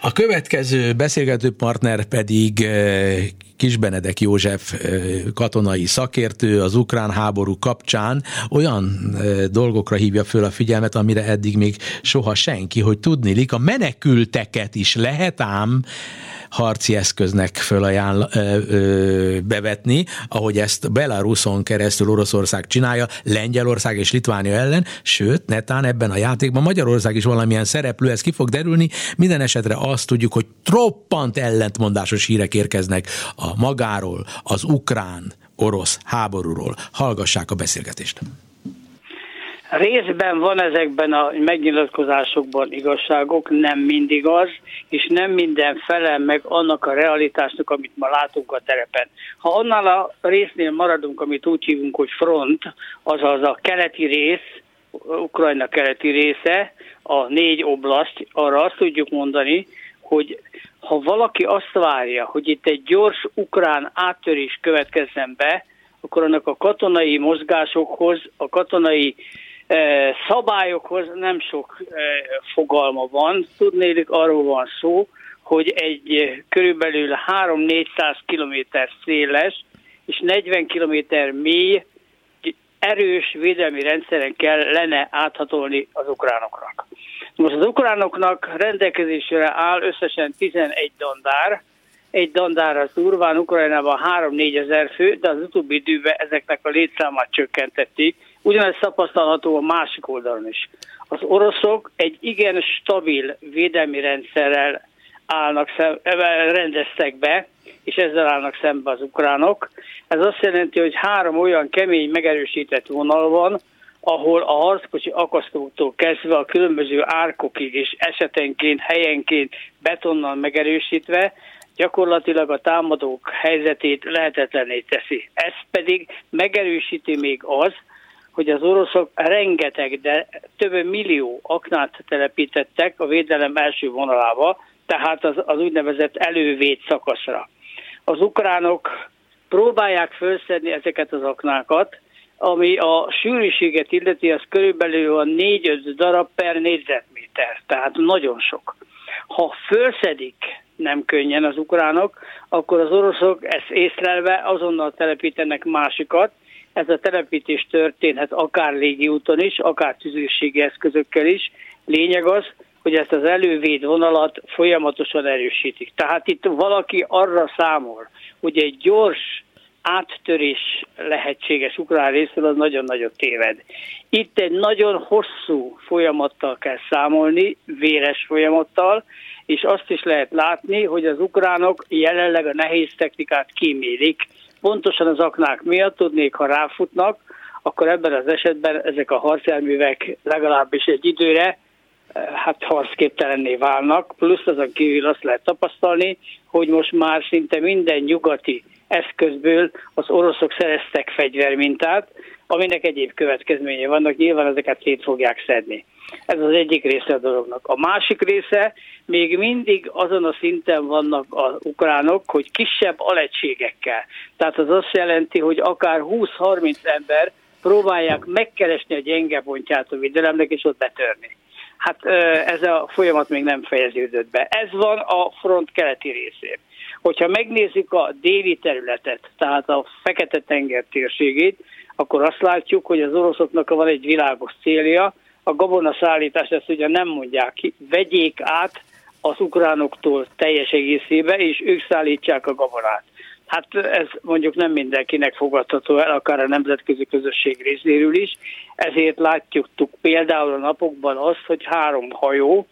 A következő beszélgető partner pedig Kiss Benedek József katonai szakértő, az ukrán háború kapcsán olyan dolgokra hívja föl a figyelmet, amire eddig még soha senki, hogy tudniillik, a menekülteket is lehet ám harci eszköznek bevetni, ahogy ezt Belaruson keresztül Oroszország csinálja, Lengyelország és Litvánia ellen, sőt, netán ebben a játékban Magyarország is valamilyen szereplő, ez ki fog derülni. Minden esetre azt tudjuk, hogy roppant ellentmondásos hírek érkeznek a magáról, az ukrán-orosz háborúról. Hallgassák a beszélgetést. Részben van ezekben a megnyilatkozásokban igazságok, nem mindig az, és nem minden felel meg annak a realitásnak, amit ma látunk a terepen. Ha annál a résznél maradunk, amit úgy hívunk, hogy front, azaz a keleti rész, Ukrajna keleti része, a 4 oblast, arra azt tudjuk mondani, hogy ha valaki azt várja, hogy itt egy gyors ukrán áttörés következzen be, akkor annak a katonai mozgásokhoz, a katonai szabályokhoz nem sok fogalma van. Tudnélik, arról van szó, hogy egy körülbelül 300-400 kilométer széles és 40 kilométer mély erős védelmi rendszeren kellene áthatolni az ukránoknak. Most az ukránoknak rendelkezésre áll összesen 11 dandár. Egy dandár az durván Ukrajnában 3-4 ezer fő, de az utóbbi időben ezeknek a létszámát csökkentették. Ugyanez tapasztalható a másik oldalon is. Az oroszok egy igen stabil védelmi rendszerrel rendeztek be, és ezzel állnak szembe az ukránok. Ez azt jelenti, hogy 3 olyan kemény, megerősített vonal van, ahol a harckocsi akasztóktól kezdve a különböző árkokig és esetenként, helyenként betonnal megerősítve, gyakorlatilag a támadók helyzetét lehetetlenné teszi. Ez pedig megerősíti még az, hogy az oroszok rengeteg, de több millió aknát telepítettek a védelem első vonalába, tehát az úgynevezett elővéd szakaszra. Az ukránok próbálják felszedni ezeket az aknákat, ami a sűrűséget illeti, az körülbelül a 4-5 darab per négyzetméter, tehát nagyon sok. Ha felszedik nem könnyen az ukránok, akkor az oroszok ezt észlelve azonnal telepítenek másikat. Ez a telepítés történhet akár légiúton is, akár tüzérségi eszközökkel is. Lényeg az, hogy ezt az elővéd vonalat folyamatosan erősítik. Tehát itt valaki arra számol, hogy egy gyors áttörés lehetséges ukrán részről, az nagyon-nagyon téved. Itt egy nagyon hosszú folyamattal kell számolni, véres folyamattal, és azt is lehet látni, hogy az ukránok jelenleg a nehéz technikát kímélik. Pontosan az aknák miatt tudnék, ha ráfutnak, akkor ebben az esetben ezek a harcjárművek legalábbis egy időre harcképtelenné válnak, plusz azon kívül azt lehet tapasztalni, hogy most már szinte minden nyugati eszközből az oroszok szereztek fegyvermintát, aminek egyéb következménye vannak, nyilván ezeket szét fogják szedni. Ez az egyik része a dolognak. A másik része, még mindig azon a szinten vannak az ukránok, hogy kisebb alegységekkel. Tehát az azt jelenti, hogy akár 20-30 ember próbálják megkeresni a gyenge pontját a védelemnek, és ott betörni. Hát ez a folyamat még nem fejeződött be. Ez van a front keleti részén. Hogyha megnézzük a déli területet, tehát a Fekete-tenger térségét, akkor azt látjuk, hogy az oroszoknak van egy világos célja. A gabonaszállítást ezt ugye nem mondják ki, vegyék át az ukránoktól teljes egészébe, és ők szállítsák a gabonát. Hát ez mondjuk nem mindenkinek fogadható el, akár a nemzetközi közösség részéről is. Ezért látjuk például a napokban azt, hogy 3 hajó,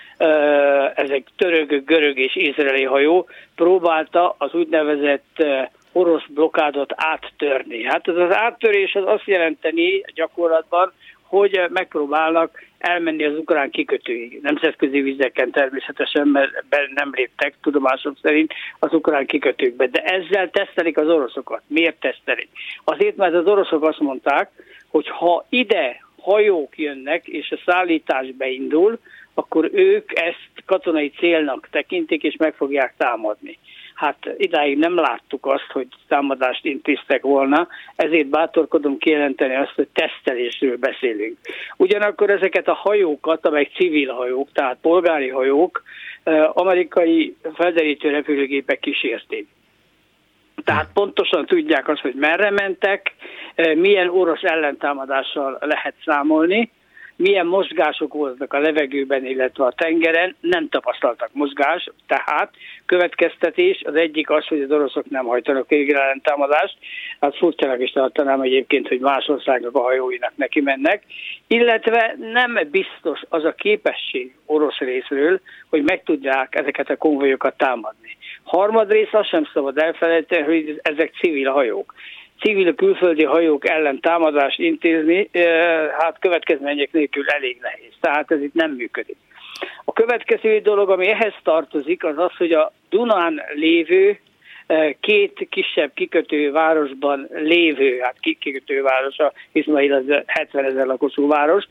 ezek török, görög és izraeli hajó próbálta az úgynevezett orosz blokkádot áttörni. Hát ez az áttörés az azt jelenteni gyakorlatban, hogy megpróbálnak elmenni az ukrán kikötőig. Nemzetközi vizeken természetesen, mert nem léptek tudomásom szerint az ukrán kikötőkbe. De ezzel tesztelik az oroszokat. Miért tesztelik? Azért, mert az oroszok azt mondták, hogy ha ide hajók jönnek és a szállítás beindul, akkor ők ezt katonai célnak tekintik és meg fogják támadni. Hát idáig nem láttuk azt, hogy támadást intéztek volna, ezért bátorkodom kijelenteni azt, hogy tesztelésről beszélünk. Ugyanakkor ezeket a hajókat, amelyek civil hajók, tehát polgári hajók, amerikai felderítő repülőgépek kísérték. Tehát pontosan tudják azt, hogy merre mentek, milyen orosz ellentámadással lehet számolni, milyen mozgások voltak a levegőben, illetve a tengeren, nem tapasztaltak mozgást, tehát következtetés, az egyik az, hogy az oroszok nem hajtanak végre ellentámadást, hát furcsának is tartanám egyébként, hogy más országok a hajóinak neki mennek, illetve nem biztos az a képesség orosz részről, hogy meg tudják ezeket a konvojokat támadni. Harmadrészt azt sem szabad elfelejteni, hogy ezek civil hajók. Civil külföldi hajók ellen támadást intézni, hát következmények nélkül elég nehéz. Tehát ez itt nem működik. A következő dolog, ami ehhez tartozik, az az, hogy a Dunán lévő két kisebb kikötővárosban lévő, hát kikötőváros, a Izmail az 70 000 lakosú város,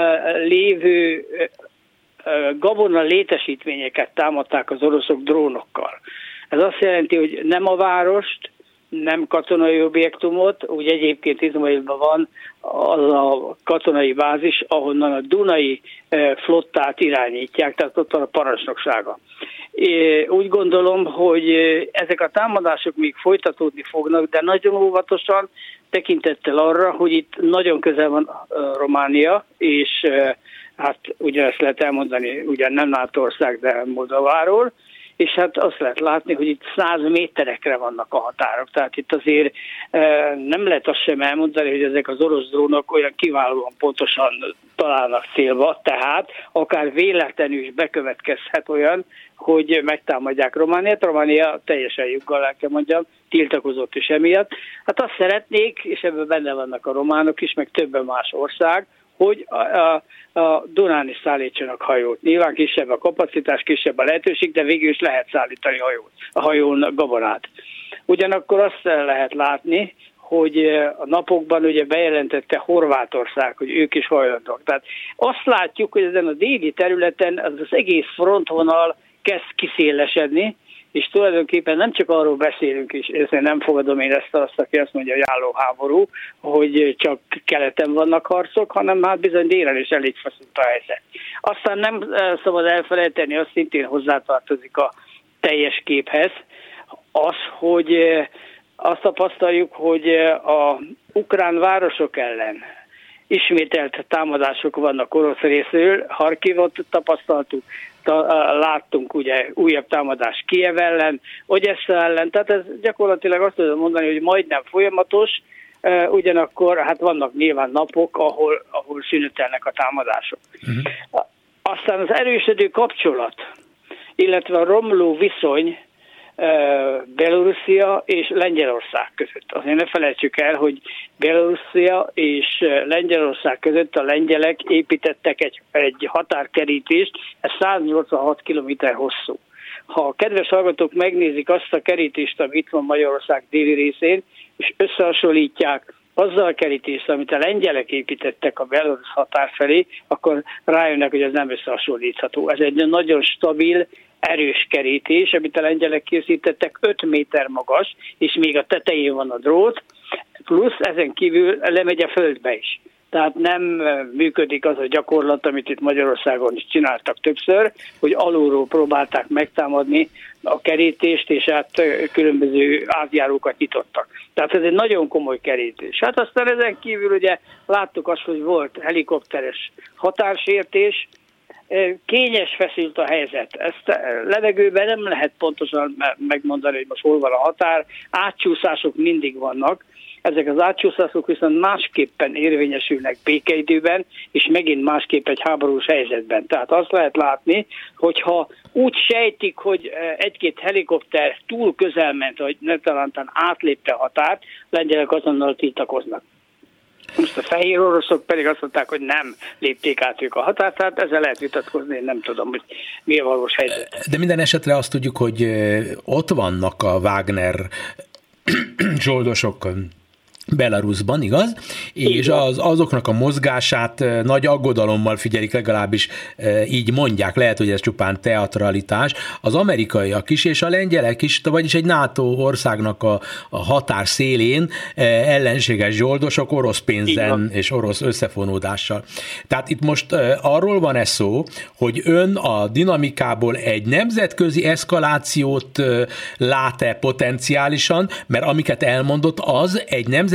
lévő gabona létesítményeket támadták az oroszok drónokkal. Ez azt jelenti, hogy nem a várost, nem katonai objektumot, úgy egyébként Izmailban van az a katonai bázis, ahonnan a Dunai flottát irányítják, tehát ott van a parancsnoksága. Úgy gondolom, hogy ezek a támadások még folytatódni fognak, de nagyon óvatosan tekintettel arra, hogy itt nagyon közel van Románia, és hát ugyanezt lehet elmondani, ugyan nem NATO ország, de Moldováról, és hát azt lehet látni, hogy itt 100 méterekre vannak a határok. Tehát itt azért nem lehet azt sem elmondani, hogy ezek az orosz drónok olyan kiválóan pontosan találnak célba, tehát akár véletlenül is bekövetkezhet olyan, hogy megtámadják Romániát. Románia teljesen joggal, el kell mondjam, tiltakozott is emiatt. Hát azt szeretnék, és ebben benne vannak a románok is, meg többen más ország, hogy a Dunán is szállítsanak hajót. Nyilván kisebb a kapacitás, kisebb a lehetőség, de végül is lehet szállítani a hajón gabonát. Ugyanakkor azt lehet látni, hogy a napokban ugye bejelentette Horvátország, hogy ők is hajlandók. Tehát azt látjuk, hogy ezen a déli területen az egész frontvonal kezd kiszélesedni, és tulajdonképpen nem csak arról beszélünk, és ezért nem fogadom én ezt azt, aki azt mondja, hogy álló háború, hogy csak keleten vannak harcok, hanem hát bizony délen is elég feszült a helyzet. Aztán nem szabad elfelejteni, azt szintén hozzátartozik a teljes képhez, az, hogy azt tapasztaljuk, hogy a ukrán városok ellen ismételt támadások vannak orosz részről, Harkivot tapasztaltuk, láttunk ugye újabb támadás Kijev ellen, Ogyessa ellen, tehát ez gyakorlatilag azt tudom mondani, hogy majdnem folyamatos, ugyanakkor hát vannak nyilván napok, ahol szünetelnek a támadások. Aztán az erősödő kapcsolat, illetve a romló viszony Belorusszia és Lengyelország között. Azért ne felejtsük el, hogy Belorusszia és Lengyelország között a lengyelek építettek egy határkerítést, ez 186 kilométer hosszú. Ha a kedves hallgatók megnézik azt a kerítést, ami itt van Magyarország déli részén, és összehasonlítják azzal a kerítést, amit a lengyelek építettek a belorusz határ felé, akkor rájönnek, hogy ez nem összehasonlítható. Ez egy nagyon stabil, erős kerítés, amit a lengyelek készítettek, 5 méter magas, és még a tetején van a drót, plusz ezen kívül lemegy a földbe is. Tehát nem működik az a gyakorlat, amit itt Magyarországon is csináltak többször, hogy alulról próbálták megtámadni a kerítést, és hát különböző átjárókat nyitottak. Tehát ez egy nagyon komoly kerítés. Hát aztán ezen kívül ugye láttuk azt, hogy volt helikopteres határsértés, kényes, feszült a helyzet. Ezt levegőben nem lehet pontosan megmondani, hogy most hol van a határ. Átcsúszások mindig vannak. Ezek az átcsúszások viszont másképpen érvényesülnek békeidőben, és megint másképp egy háborús helyzetben. Tehát azt lehet látni, hogyha úgy sejtik, hogy egy-két helikopter túl közel ment, hogy ne talántán átlépte a határt, lengyelek azonnal tiltakoznak. Most a fehér oroszok pedig azt mondták, hogy nem lépték át ők a határt, tehát ezzel lehet vitatkozni, én nem tudom, hogy mi a valós helyzet. De minden esetre azt tudjuk, hogy ott vannak a Wagner zsoldosok Belarusban, igaz? És azoknak a mozgását nagy aggodalommal figyelik, legalábbis így mondják, lehet, hogy ez csupán teatralitás, az amerikaiak is, és a lengyelek is, vagyis egy NATO országnak a határ szélén ellenséges zsoldosok orosz pénzen és orosz összefonódással. Tehát itt most arról van ez szó, hogy ön a dinamikából egy nemzetközi eszkalációt lát-e potenciálisan, mert amiket elmondott, az egy nemzetközi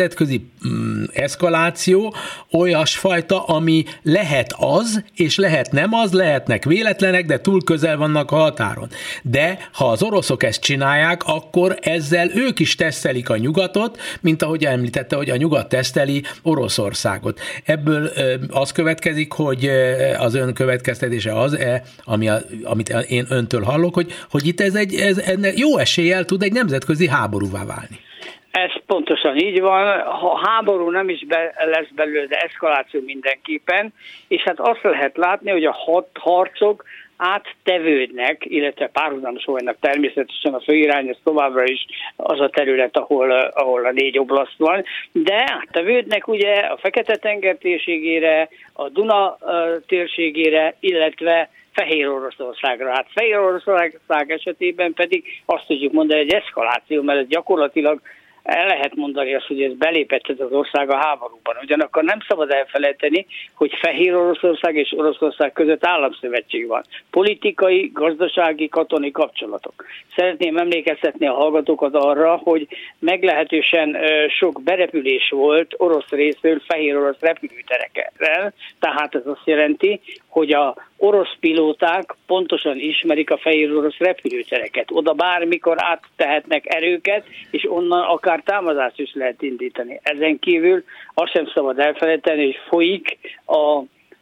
eszkaláció, olyasfajta, ami lehet az, és lehet nem az, lehetnek véletlenek, de túl közel vannak a határon. De ha az oroszok ezt csinálják, akkor ezzel ők is tesztelik a nyugatot, mint ahogy említette, hogy a nyugat teszteli Oroszországot. Ebből az következik, hogy az ön következtetése az, amit én öntől hallok, hogy itt ez jó eséllyel tud egy nemzetközi háborúvá válni. Ez pontosan így van, ha háború nem is lesz belőle, de eszkaláció mindenképpen, és hát azt lehet látni, hogy a harcok áttevődnek, illetve párhuzamosulnak természetesen a főirány, ez továbbra is az a terület, ahol a 4 oblast van, de áttevődnek ugye a Fekete-tenger térségére, a Duna térségére, illetve Fehér Oroszországra. Hát Fehér Oroszország esetében pedig azt tudjuk mondani, egy eszkaláció, mert ez gyakorlatilag el lehet mondani azt, hogy ez belépett ez az ország a háborúban. Ugyanakkor nem szabad elfelejteni, hogy Fehér Oroszország és Oroszország között államszövetség van. Politikai, gazdasági, katonai kapcsolatok. Szeretném emlékeztetni a hallgatókat arra, hogy meglehetősen sok berepülés volt orosz részről fehér orosz repülőterekkel. Tehát ez azt jelenti, hogy a orosz pilóták pontosan ismerik a fehér orosz repülőtereket. Oda bármikor áttehetnek erőket, és onnan akár támadást is lehet indítani. Ezen kívül azt sem szabad elfelejteni, hogy folyik a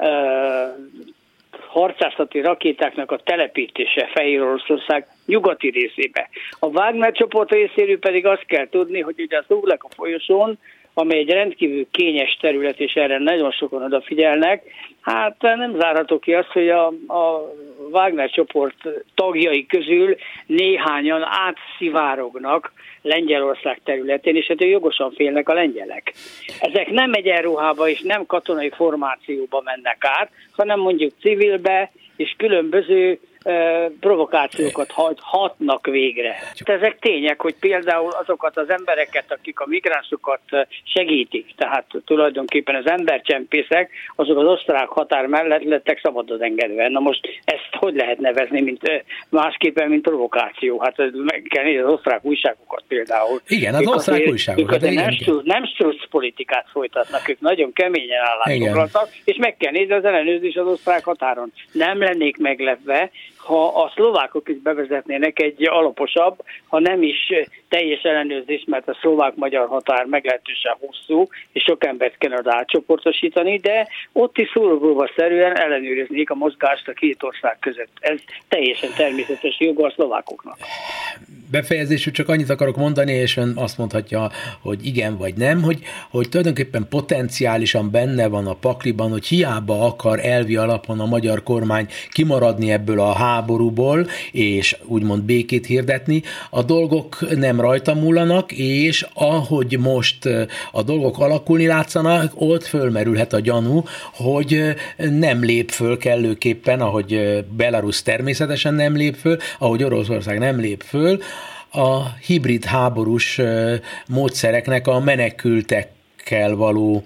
harcászati rakétáknak a telepítése Fehér Oroszország nyugati részébe. A Wagner csoport részéről pedig azt kell tudni, hogy ugye a Szuvleka folyosón, amely egy rendkívül kényes terület, és erre nagyon sokan odafigyelnek, hát nem zárható ki azt, hogy a Wagner csoport tagjai közül néhányan átszivárognak Lengyelország területén, és hát jogosan félnek a lengyelek. Ezek nem egyenruhába és nem katonai formációba mennek át, hanem mondjuk civilbe és különböző provokációkat hatnak végre. Ezek tények, hogy például azokat az embereket, akik a migránsokat segítik, tehát tulajdonképpen az embercsempészek, azok az osztrák határ mellett lettek szabadon engedve. Na most ezt hogy lehet nevezni, mint másképpen, mint provokáció? Hát meg kell nézni az osztrák újságokat például. Igen, az osztrák újságokat. Nem struc politikát folytatnak, ők nagyon keményen állásfoglaltak, és meg kell nézni az ellenőrzés az osztrák határon. Nem lennék meglepve, ha a szlovákok is bevezetnének egy alaposabb, ha nem is teljes ellenőrzés, mert a szlovák-magyar határ meglehetősen hosszú, és sok embert kellene átcsoportosítani, de ott is szúrópróbaszerűen ellenőriznék a mozgást a két ország között. Ez teljesen természetes joga a szlovákoknak. Befejezésül csak annyit akarok mondani, és ön azt mondhatja, hogy igen vagy nem, hogy tulajdonképpen potenciálisan benne van a pakliban, hogy hiába akar elvi alapon a magyar kormány kimaradni ebből a háborúból, és úgymond békét hirdetni, a dolgok nem rajta múlanak, és ahogy most a dolgok alakulni látszanak, ott fölmerülhet a gyanú, hogy nem lép föl kellőképpen, ahogy Belarus természetesen nem lép föl, ahogy Oroszország nem lép föl, a hibrid háborús módszereknek a menekültekkel való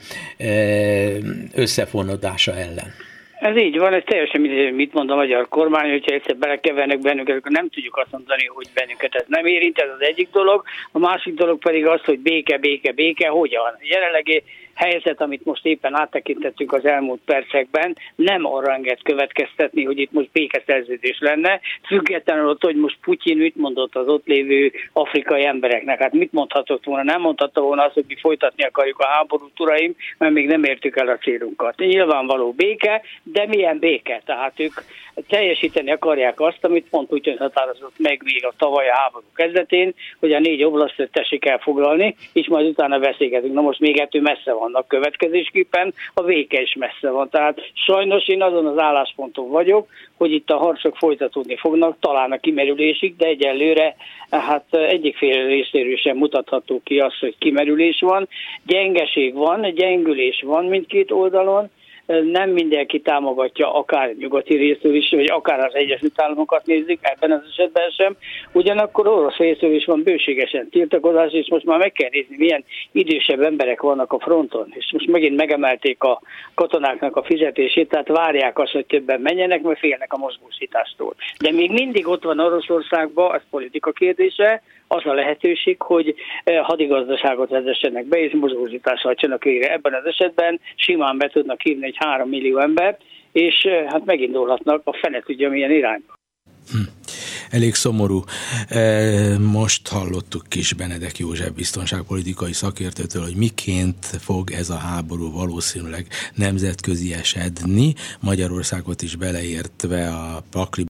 összefonódása ellen. Ez így van, ez teljesen mit mond a magyar kormány, hogyha egyszer belekevernek bennünket, akkor nem tudjuk azt mondani, hogy bennünket ez nem érint, ez az egyik dolog. A másik dolog pedig az, hogy béke, hogyan. Jelenlegi helyzet, amit most éppen áttekintettünk az elmúlt percekben, nem arra enged következtetni, hogy itt most békeszerződés lenne, függetlenül attól, hogy most Putyin mit mondott az ott lévő afrikai embereknek. Hát mit mondhatott volna? Nem mondhatta volna azt, hogy mi folytatni akarjuk a háborút, uraim, mert még nem értük el a célunkat. Nyilvánvaló béke, de milyen béke? Tehát ők teljesíteni akarják azt, amit pont úgy határozott meg még a tavaly a háború kezdetén, hogy a 4 oblasztot tessék elfoglalni, és majd utána beszélgetünk. Na most még ettől messze van. vannak, következésképpen a vége is messze van. Tehát sajnos én azon az állásponton vagyok, hogy itt a harcok folytatódni fognak, talán a kimerülésig, de egyelőre hát egyik fél részéről sem mutatható ki az, hogy kimerülés van. Gyengeség van, gyengülés van mindkét oldalon, nem mindenki támogatja, akár nyugati részről is, vagy akár az Egyesült Államokat nézzük, ebben az esetben sem. Ugyanakkor orosz részről is van bőségesen tiltakozás, és most már meg kell nézni, milyen idősebb emberek vannak a fronton. És most megint megemelték a katonáknak a fizetését, tehát várják azt, hogy többen menjenek, mert félnek a mozgósítástól. De még mindig ott van Oroszországban, az politika kérdése, az a lehetőség, hogy hadigazdaságot vezessenek be, és mozgósítást hajtsanak végre. Ebben az esetben simán be tudnak hívni egy 3 millió embert, és hát megindulhatnak a fene tudja milyen irányba. Elég szomorú. Most hallottuk Kis Benedek József biztonságpolitikai szakértőtől, hogy miként fog ez a háború valószínűleg nemzetközi esedni, Magyarországot is beleértve a pakli